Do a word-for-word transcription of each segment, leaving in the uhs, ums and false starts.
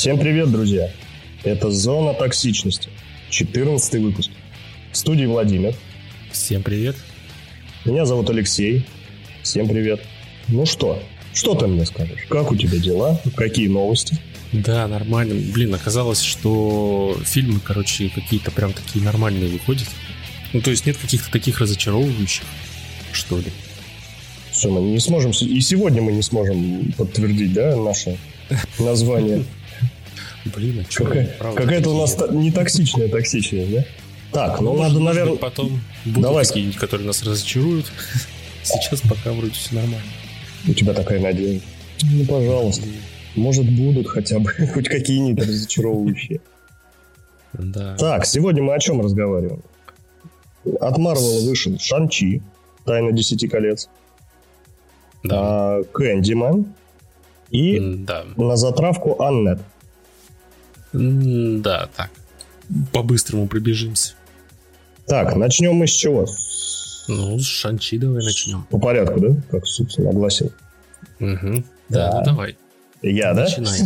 Всем привет, друзья! Это «Зона токсичности», четырнадцатый выпуск. В студии Владимир. Всем привет. Меня зовут Алексей. Всем привет. Ну что, что ты мне скажешь? Как у тебя дела? Какие новости? Да, нормально. Блин, оказалось, что фильмы, короче, какие-то прям такие нормальные выходят. Ну, то есть нет каких-то таких разочаровывающих, что ли. Все, мы не сможем, и сегодня мы не сможем подтвердить, да, наше название. Блин, а что? Какая-то у нас не токсичная токсичная, да? Так, ну, ну надо, может, наверное... потом будут Давай... какие-нибудь, которые нас разочаруют. Сейчас пока вроде все нормально. У тебя такая надежда. Ну, пожалуйста. Может, будут хотя бы хоть какие-нибудь разочаровывающие. Да. Так, сегодня мы о чем разговариваем? От Марвела вышел Шан-Чи, Тайна Десяти Колец. Да. Кэндиман. И да. На затравку Аннет. Да, так. По-быстрому пробежимся. Так, начнем мы с чего? Ну, с Шан-Чи давай начнем. По порядку, да? Как, собственно, огласил. Угу. Да, да, ну давай. Я, да? Начинай.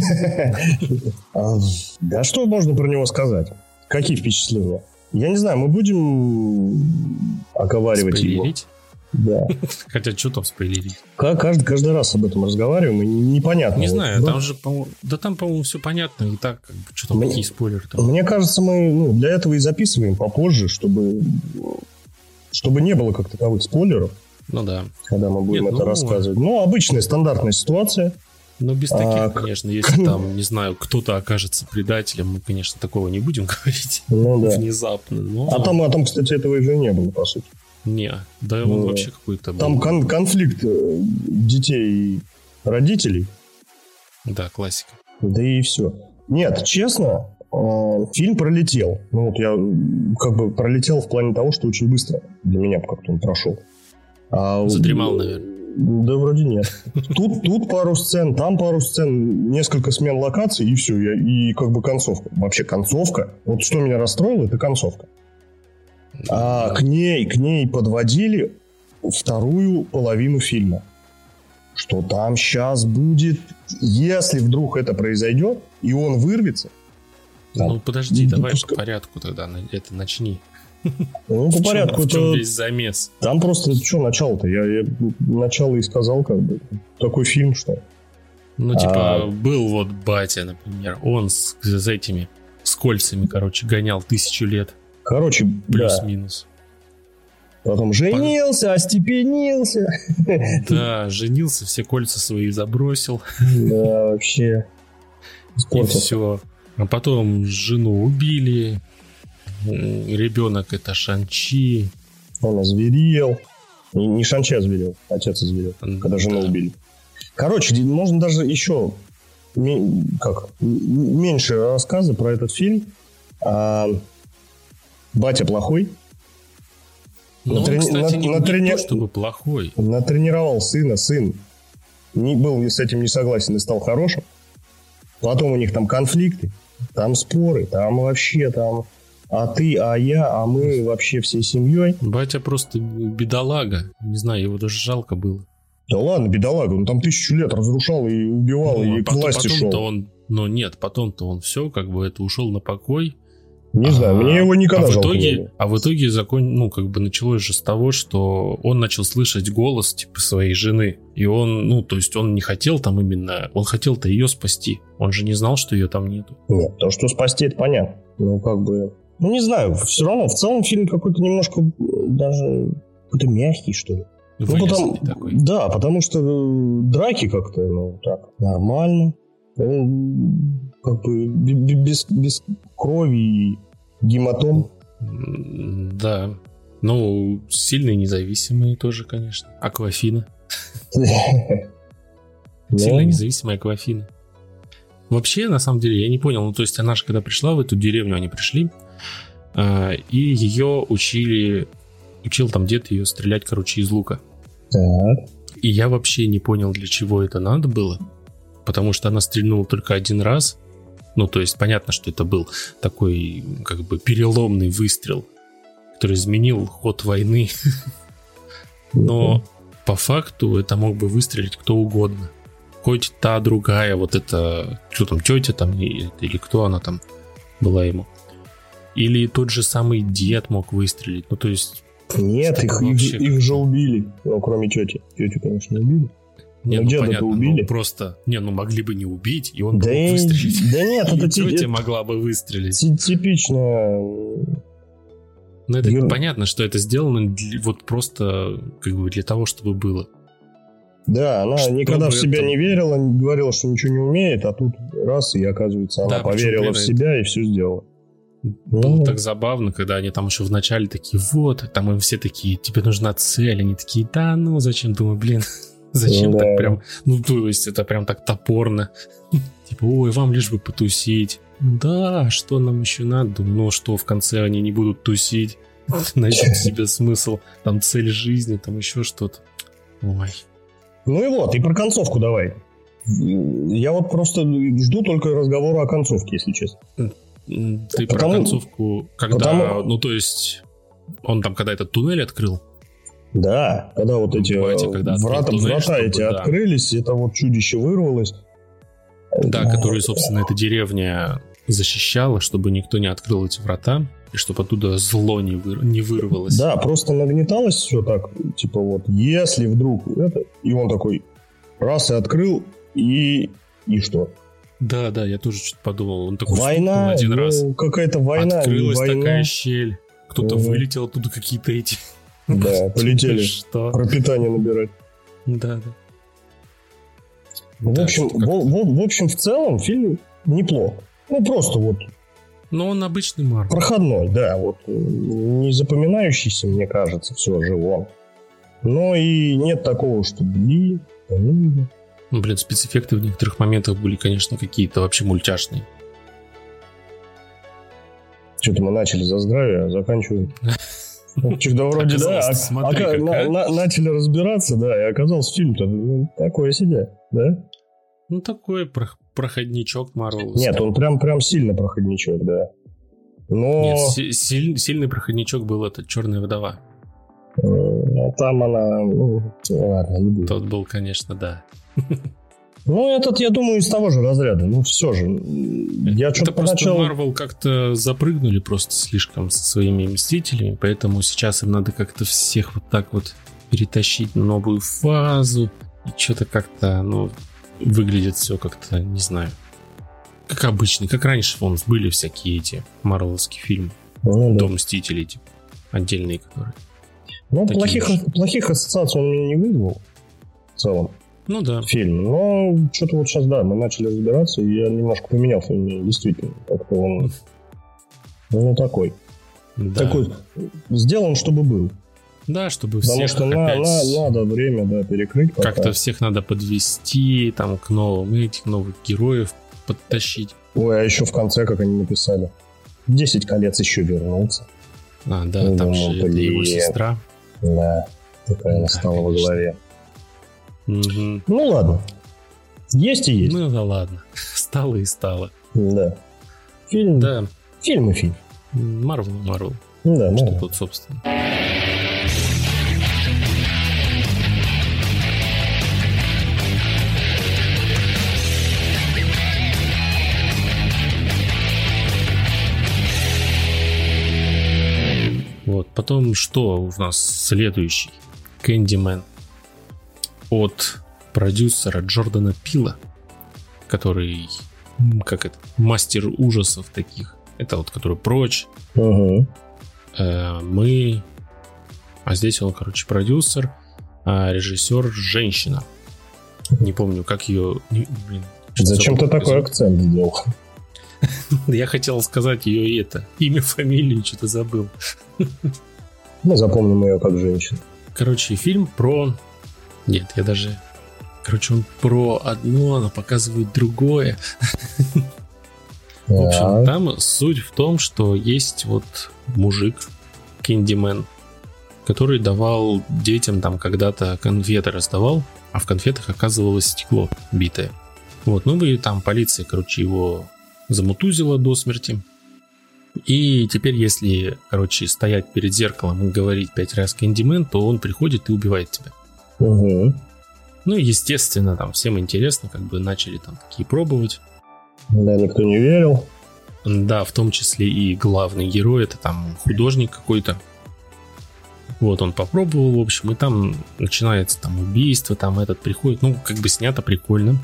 Да что можно про него сказать? Какие впечатления? Я не знаю, мы будем оговаривать его. Да. Хотя что там спойлерить? Каждый, каждый раз об этом разговариваем, и непонятно. Не вот, знаю, да? там же, по-моему, да там, по-моему, все понятно, и так, как бы, что там, мне, какие спойлеры там. Мне кажется, мы ну, для этого и записываем попозже, чтобы, чтобы не было как таковых спойлеров. Ну да. Когда мы будем Нет, это ну, рассказывать. Ну, обычная стандартная ситуация. Ну, без таких, а, конечно, если там, не знаю, кто-то окажется предателем, мы, конечно, такого не будем говорить ну, да. внезапно. Но... А, там, а там, кстати, этого уже не было, по сути. Не, да он ну, вообще какой-то был. Там кон- конфликт детей и родителей. Да, классика. Да и все. Нет, честно, э- фильм пролетел. Ну вот я как бы пролетел в плане того, что очень быстро для меня как-то он прошел. А, Задремал, наверное. Да вроде нет. Тут, тут пару сцен, там пару сцен, несколько смен локаций, и все. Я, и как бы концовка. Вообще концовка. Вот что меня расстроило, это концовка. А к ней, к ней подводили вторую половину фильма. Что там сейчас будет, если вдруг это произойдет, и он вырвется. Ну, там, подожди, давай пускай... по порядку тогда это начни. Ну, по порядку. В чем весь замес? Там просто, что начало-то? Я, я начало и сказал, как бы. Такой фильм, что... Ну, типа, а... был вот батя, например. Он с, с этими, с кольцами, короче, гонял тысячу лет. Короче, плюс-минус. Да. Потом женился, остепенился. Да, женился, все кольца свои забросил. Да, вообще. И все. А потом жену убили. Ребенок это Шан-Чи. Он озверел. Не, не Шан-Чи озверел, отец озверел, когда жену да. убили. Короче, можно даже еще как, меньше рассказа про этот фильм. А, батя плохой. Ну, Натрени... он, кстати, на... не, натрени... не то, чтобы плохой. Натренировал сына, сын не был с этим не согласен и стал хорошим. Потом у них там конфликты, там споры, там вообще там а ты, а я, а мы вообще всей семьей. Батя просто бедолага. Не знаю, его даже жалко было. Да ладно, бедолага, он там тысячу лет разрушал и убивал, ну, и потом, к власти шел. Он, но нет, потом-то он все, как бы это ушел на покой. Не а, знаю, мне его никогда а в жалко итоге, не было. А в итоге закон, ну, как бы началось же с того, что он начал слышать голос, типа, своей жены. И он, ну, то есть он не хотел там именно... Он хотел-то ее спасти. Он же не знал, что ее там нету. Нет, то, что спасти, это понятно. Ну, как бы... Ну, не знаю, все равно, в целом фильм какой-то немножко даже... Какой-то мягкий, что ли. Ну, потому... такой. Да, потому что драки как-то, ну, так, нормально. Он как бы без, без крови и гематом. Да. Ну, сильные независимые тоже, конечно. Аквафина. Сильно независимая Аквафина. Вообще, на самом деле, я не понял. Ну, то есть, она же, когда пришла в эту деревню, они пришли, и ее учили... Учил там дед ее стрелять, короче, из лука. Так. И я вообще не понял, для чего это надо было. Потому что она стрельнула только один раз. Ну, то есть, понятно, что это был такой, как бы, переломный выстрел, который изменил ход войны. Но по факту это мог бы выстрелить кто угодно. хоть та другая, вот эта, что там, тетя там, или кто она там была ему. Или тот же самый дед мог выстрелить. Ну, то есть... Нет, их, вообще... их, их же убили. Ну, кроме тети. Тетю, конечно, не убили. Не, ну, понятно, убили. Ну, просто... Не, ну, могли бы не убить, и он да мог выстрелить. Да нет, это... Тетя могла бы выстрелить. Типично... Ну, это Юр... понятно, что это сделано для, вот просто как бы для того, чтобы было. Да, она чтобы никогда в себя это... не верила, говорила, что ничего не умеет, а тут раз, и оказывается, она да, поверила в себя это... и все сделала. Было ну... так забавно, когда они там еще вначале такие, вот, там им все такие, тебе нужна цель, они такие, да, ну, зачем, думаю, блин, зачем да. так прям, ну, то есть это прям так топорно. Типа, ой, вам лишь бы потусить. Да, что нам еще надо? Думаю, ну что, в конце они не будут тусить, найдут себе смысл, там цель жизни, там еще что-то. Ой. Ну и вот, и про концовку давай. Я вот просто жду только разговора о концовке, если честно. Ты потому, про концовку, когда, потому... ну то есть, он там когда этот туннель открыл? Да, когда вот эти Бываете, когда врата, туннель, врата чтобы, эти да. открылись, это вот чудище вырвалось. Да, который, собственно, эта деревня защищала, чтобы никто не открыл эти врата, и чтобы оттуда зло не, вы... не вырвалось. Да, просто нагнеталось все так, типа вот, если вдруг это... И он такой, раз и открыл, и... И что? Да, да, я тоже что-то подумал. Он такой война, один ну, раз. Какая-то война. Открылась война. такая щель. Кто-то угу. вылетел оттуда, какие-то эти... Да, полетели что? Пропитание набирать. Да, да. В, да, общем, в, в, в общем, в целом фильм неплох. Ну, просто вот... Но он обычный Марвел. Проходной, да. Вот не запоминающийся, мне кажется, все же он. Но и нет такого, что блин... Ну, блин, спецэффекты в некоторых моментах были, конечно, какие-то вообще мультяшные. Что-то мы начали за здравие, а заканчиваем... Что-то вроде, да, смотри, а, на, на, начали разбираться, да, и оказался фильм-то ну, такой себе, да? Ну, такой про- проходничок Марвел. Нет, он прям, прям сильно проходничок, да. Но... Нет, си- силь- сильный проходничок был этот «Черная вдова». А там она... Ну, ладно, не буду. Тот был, конечно, да. Ну, этот, я думаю, из того же разряда. Ну, все же. Я Это просто поначалу... Marvel как-то запрыгнули просто слишком со своими Мстителями, поэтому сейчас им надо как-то всех вот так вот перетащить на новую фазу. И что-то как-то, ну, выглядит все как-то, не знаю, как обычно. Как раньше, вон, были всякие эти марвеловские фильмы. Ну, да. До Мстителей, типа, отдельные которые. Ну, плохих, плохих ассоциаций он мне не вызвал в целом. Ну да. Фильм. Но что-то вот сейчас, да, мы начали разбираться, и я немножко поменял фильм, действительно. Как-то он, ну, такой. Да. Такой, сделан, чтобы был. Да, чтобы Потому всех что опять... на, на, надо время, да, перекрыть. Пока. Как-то всех надо подвести, там, к новым этих новых героев подтащить. Ой, а еще в конце, как они написали, десять колец еще вернутся. А, да, ну, там же это его сестра. Да, такая да, она стала во главе. Угу. Ну ладно. Есть и есть. Ну да ладно. Стало и стало. Да. Фильм. Да. Фильм и фильм. Марвел, Марвел. Да, что Marvel. Тут, собственно. Вот, потом что у нас следующий? Кэндимен. От продюсера Джордана Пила, который, как это, мастер ужасов таких. Это вот, который «Прочь». Угу. Э, мы... А здесь он, короче, продюсер, а режиссер женщина. Не помню, как ее... Блин, зачем ты такой акцент сделал? Я хотел сказать ее это. Имя, фамилию, что-то забыл. Мы запомним ее как женщину. Короче, фильм про... Нет, я даже... Короче, он про одно, но показывает другое. В общем, там суть в том, что есть вот мужик, Кэндимен, который давал детям там когда-то конфеты раздавал, а в конфетах оказывалось стекло битое. Вот, ну и там полиция, короче, его замутузила до смерти. И теперь, если, короче, стоять перед зеркалом и говорить пять раз Кэндимен, то он приходит и убивает тебя. Угу. Ну, естественно, там всем интересно, как бы начали там такие пробовать. Да, никто не верил. Да, в том числе и главный герой, это там художник какой-то. Вот, он попробовал, в общем, и там начинается там убийство, там этот приходит, ну, как бы снято прикольно,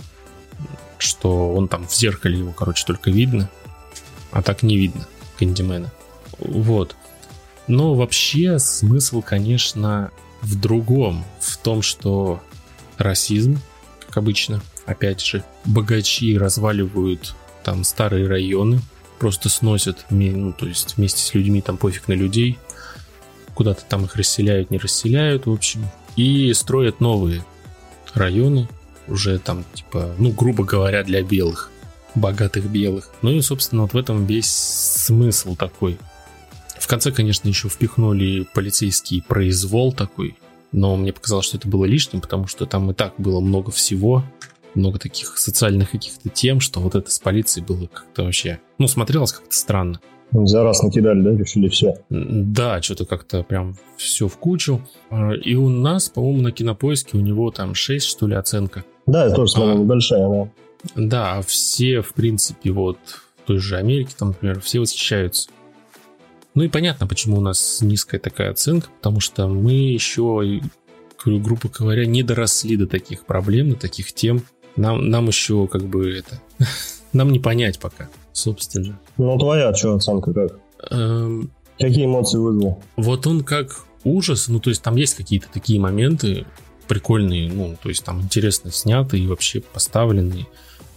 что он там в зеркале его, короче, только видно, а так не видно Кэндимена. Вот. Но вообще смысл, конечно, в другом, в том, что расизм, как обычно, опять же, богачи разваливают там старые районы, просто сносят, ну, то есть вместе с людьми, там пофиг на людей, куда-то там их расселяют, не расселяют, в общем, и строят новые районы, уже там, типа, ну, грубо говоря, для белых, богатых белых. Ну и, собственно, вот в этом весь смысл такой. В конце, конечно, еще впихнули полицейский произвол такой, но мне показалось, что это было лишним, потому что там и так было много всего, много таких социальных каких-то тем, что вот это с полицией было как-то вообще, ну, смотрелось как-то странно. За раз накидали, да, решили все. Да, что-то как-то прям все в кучу. И у нас, по-моему, на Кинопоиске у него там шесть, что ли, оценка. Да, я тоже смотрел, а, небольшая, да. Да, а все, в принципе, вот в той же Америке, там, например, все восхищаются. Ну и понятно, почему у нас низкая такая оценка, потому что мы еще, грубо говоря, не доросли до таких проблем, до таких тем. Нам, нам еще как бы это... Нам не понять пока, собственно. Ну, твоя что, оценка как? Эм... Какие эмоции вызвал? Вот он как ужас, ну, то есть там есть какие-то такие моменты прикольные, ну, то есть там интересно снятые и вообще поставленные.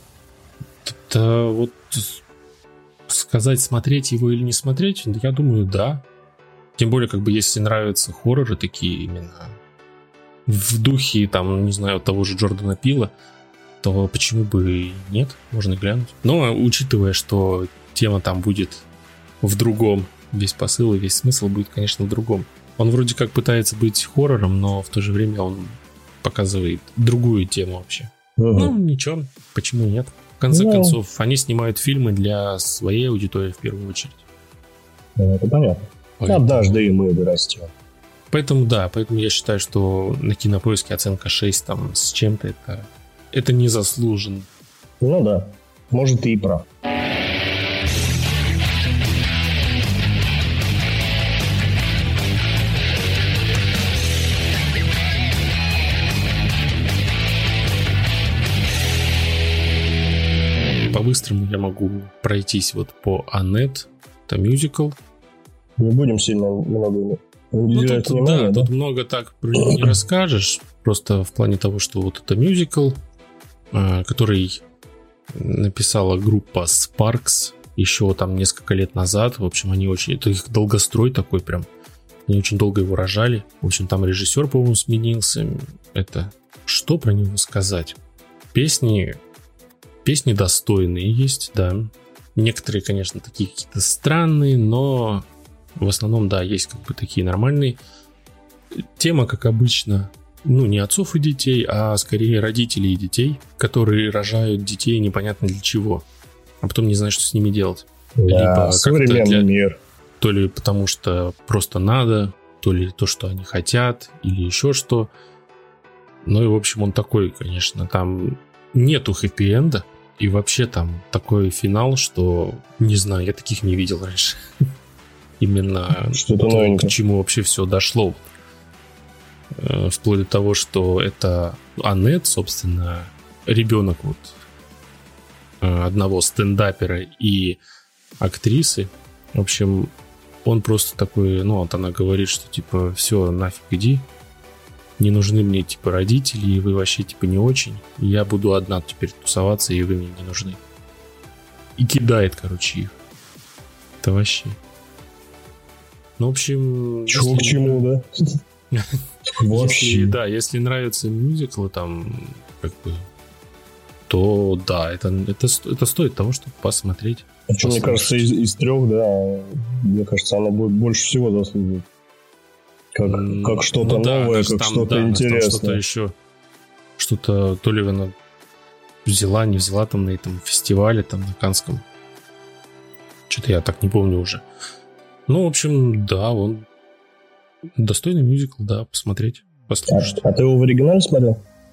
Это вот... Сказать, смотреть его или не смотреть, я думаю, да. Тем более, как бы, если нравятся хорроры такие именно в духе, там, не знаю, того же Джордана Пила, то почему бы и нет, можно глянуть. Но учитывая, что тема там будет в другом, весь посыл и весь смысл будет, конечно, в другом. Он вроде как пытается быть хоррором, но в то же время он показывает другую тему вообще. Угу. Ну, ничего, почему нет? В конце ну, концов, они снимают фильмы для своей аудитории в первую очередь. Это понятно. Поэтому... Однажды и мы вырастем. Поэтому да, поэтому я считаю, что на Кинопоиске оценка шесть там с чем-то это, это незаслуженно. Ну да, может ты и прав. По-быстрому я могу пройтись вот по Аннет, это мюзикл. Не будем сильно много уделять ну, внимания, да, да? Тут много так про него не расскажешь, просто в плане того, что вот это мюзикл, который написала группа Sparks еще там несколько лет назад. В общем, они очень... Это их долгострой такой прям. Они очень долго его рожали. В общем, там режиссер, по-моему, сменился. Это... Что про него сказать? Песни... Песни достойные есть, да. Некоторые, конечно, такие какие-то странные, но в основном, да, есть как бы такие нормальные. Тема, как обычно, ну, не отцов и детей, а скорее родителей и детей, которые рожают детей непонятно для чего, а потом не знают, что с ними делать. Да, либо современный для... мир. То ли потому, что просто надо, то ли то, что они хотят, или еще что. Ну и, в общем, он такой, конечно, там нету хэппи-энда. И вообще там такой финал, что, не знаю, я таких не видел раньше. Именно что-то то, новенькое. К чему вообще все дошло. Вплоть до того, что это Аннет, собственно, ребенок вот одного стендапера и актрисы. В общем, он просто такой, ну вот она говорит, что типа все, нафиг иди. Не нужны мне, типа, родители, и вы вообще, типа, не очень. Я буду одна теперь тусоваться, и вы мне не нужны. И кидает, короче, их. Это вообще. Ну, в общем... Чего к чему, да? Вообще. Да, если нравятся мюзиклы, там, как бы, то да, это, это, это стоит того, чтобы посмотреть. Причем, мне кажется, из, из трех, да, мне кажется, она будет больше всего заслуживать. Как, как что-то ну, да, новое, как там, что-то да, интересное. Что-то еще, что-то то ли она взяла, не взяла там на этом фестивале, там на Каннском. Что-то я так не помню уже. Ну, в общем, да, он достойный мюзикл, да, посмотреть, послушать. А, а ты его в оригинале смотрел?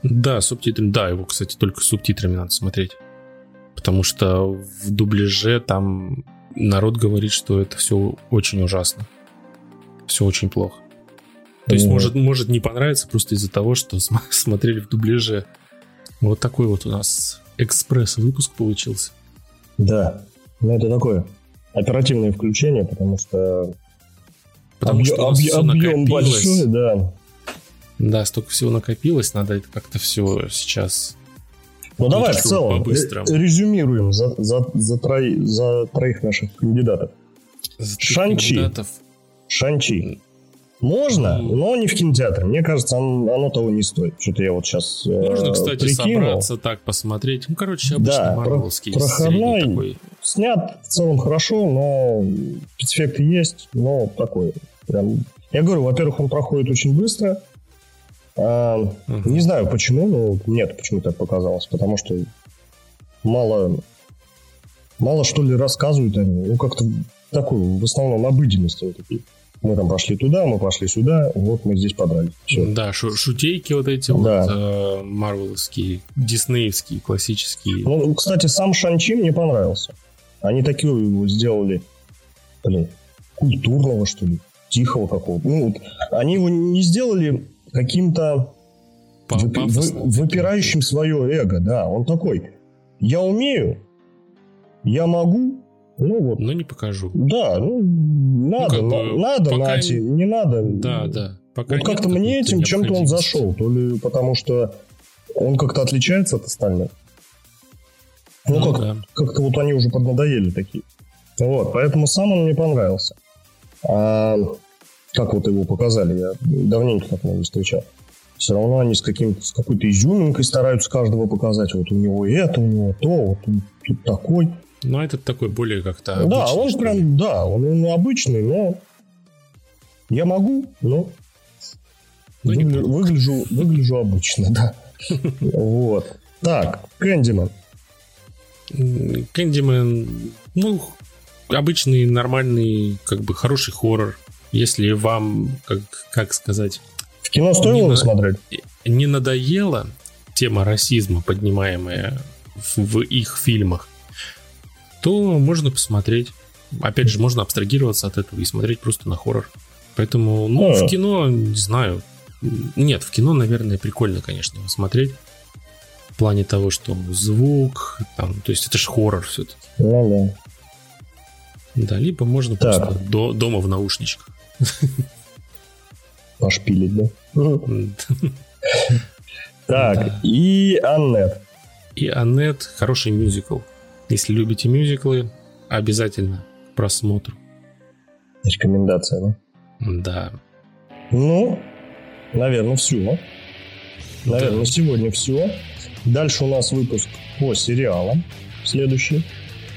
Да, субтитрами. Да, его, кстати, только с субтитрами надо смотреть. Потому что в дубляже там народ говорит, что это все очень ужасно. Все очень плохо. То есть, mm-hmm. может, может не понравиться просто из-за того, что см- смотрели в дубляже. Вот такой вот у нас экспресс-выпуск получился. Да, ну это такое оперативное включение, потому что, потому объ... что объ... объем большой, да. Да, столько всего накопилось, надо это как-то все сейчас... Ну давай в целом резюмируем за, за, за, трои, за троих наших кандидатов. За Шан-Чи. Кандидатов. Шан-Чи. Можно, mm. но не в кинотеатре. Мне кажется, оно, оно того не стоит. Что-то я вот сейчас Можно, э, кстати, прикинул. собраться так, посмотреть. Ну, короче, обычный да, марвелский. Про, проходной. Такой. Снят в целом хорошо, но спецэффекты есть, но такой. Прям... Я говорю, во-первых, он проходит очень быстро. А, uh-huh. Не знаю почему, но нет, почему так показалось. Потому что мало, мало что ли рассказывают они. Ну, как-то такую, в основном, обыденность такие. Мы там пошли туда, мы пошли сюда, вот мы здесь подрались. Все. Да, шу- шутейки вот эти да. вот э, марвеловские, диснеевские, классические. Ну, кстати, сам Шан-Чи мне понравился. Они такие его сделали, блин, культурного, что ли, тихого какого-то. Ну, вот, они его не сделали каким-то выпи- вы- выпирающим свое эго, да. Он такой, я умею, я могу, ну вот. Но не покажу. Да, ну, надо, ну, как бы, надо, пока... нате, не надо. Да, да. Пока вот как-то мне этим чем-то он зашел, то ли потому что он как-то отличается от остальных. Ну, ну как, да. как-то вот они уже поднадоели такие. Вот, поэтому сам он мне понравился. А как вот его показали, я давненько так не встречал. Все равно они с, каким-то, с какой-то изюминкой стараются каждого показать. Вот у него это, у него то, вот он тут такой. Ну, этот такой более как-то обычный. Да, он прям, ли? да, он, он обычный, но я могу, но выгля... выгляжу, выгляжу обычно, да. Вот. Так, Кэндимэн. Кэндимэн, ну, обычный, нормальный, как бы хороший хоррор. Если вам, как, как сказать... В кино стоило не смотреть? Не надоела тема расизма, поднимаемая в, в их фильмах, то можно посмотреть. Опять же, можно абстрагироваться от этого и смотреть просто на хоррор. Поэтому, ну, а. в кино, не знаю. Нет, в кино, наверное, прикольно, конечно, его смотреть. В плане того, что звук, там, то есть это же хоррор все-таки. Ну, да. Да, либо можно так. просто до, дома в наушничках. Пошпилить, да? Так, и Аннет. И Аннет хороший мюзикл. Если любите мюзиклы, обязательно к просмотру. Рекомендация, да? Да. Ну, наверное, все. Наверное, да. сегодня все. Дальше у нас выпуск по сериалам. Следующий.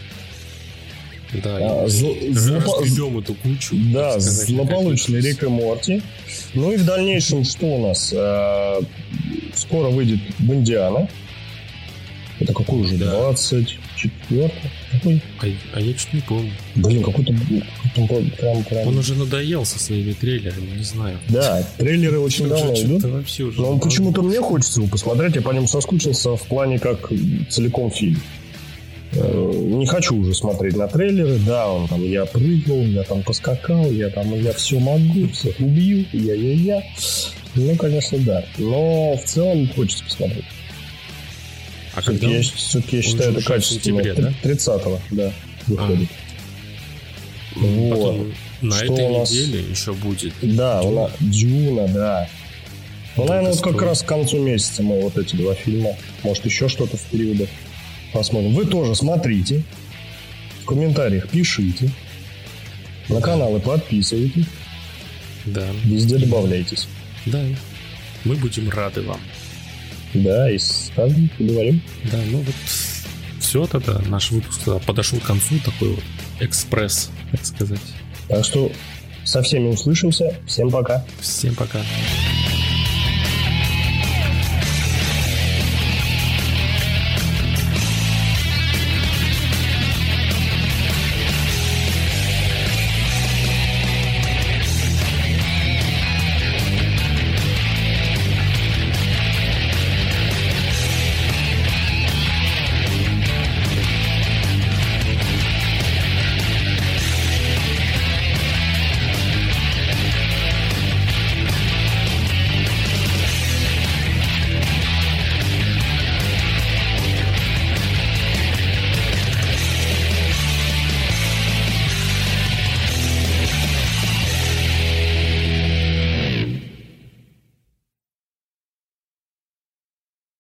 Да, а, зл- злопо... эту кучу. Да, злополучный Рик и Морти. Ну и в дальнейшем что у нас? А, скоро выйдет Бондиана. Это какой уже? Да. двадцать четвёртый? Какой? А, а я что-то не помню. Блин, какой-то, какой-то прям, прям... Он уже надоел со своими трейлерами, не знаю. Да, трейлеры очень что давно идут. Вообще уже но почему-то мне хочется его посмотреть. Я по нему соскучился в плане как целиком фильм. Не хочу уже смотреть на трейлеры. Да, он там, я прыгал, я там поскакал, я там, я все могу, всех убью, я-я-я. Ну, конечно, да. Но в целом хочется посмотреть. А все-таки я, все-таки я считаю, это качественно. Да? тридцатого, да, выходит. А. Вот. Потом на что этой нас... неделе еще будет. Да, у нас Дюна, да. Ну, наверное, вот как раз к концу месяца мы вот эти два фильма. Может, еще что-то в периодах посмотрим. Вы тоже смотрите. В комментариях пишите. На каналы подписывайтесь. Да. Везде добавляйтесь. Да. Мы будем рады вам. Да, и скажем, поговорим. Да, ну вот все тогда. Наш выпуск подошел к концу. Такой вот экспресс, так сказать. Так что со всеми услышимся. Всем пока. Всем пока.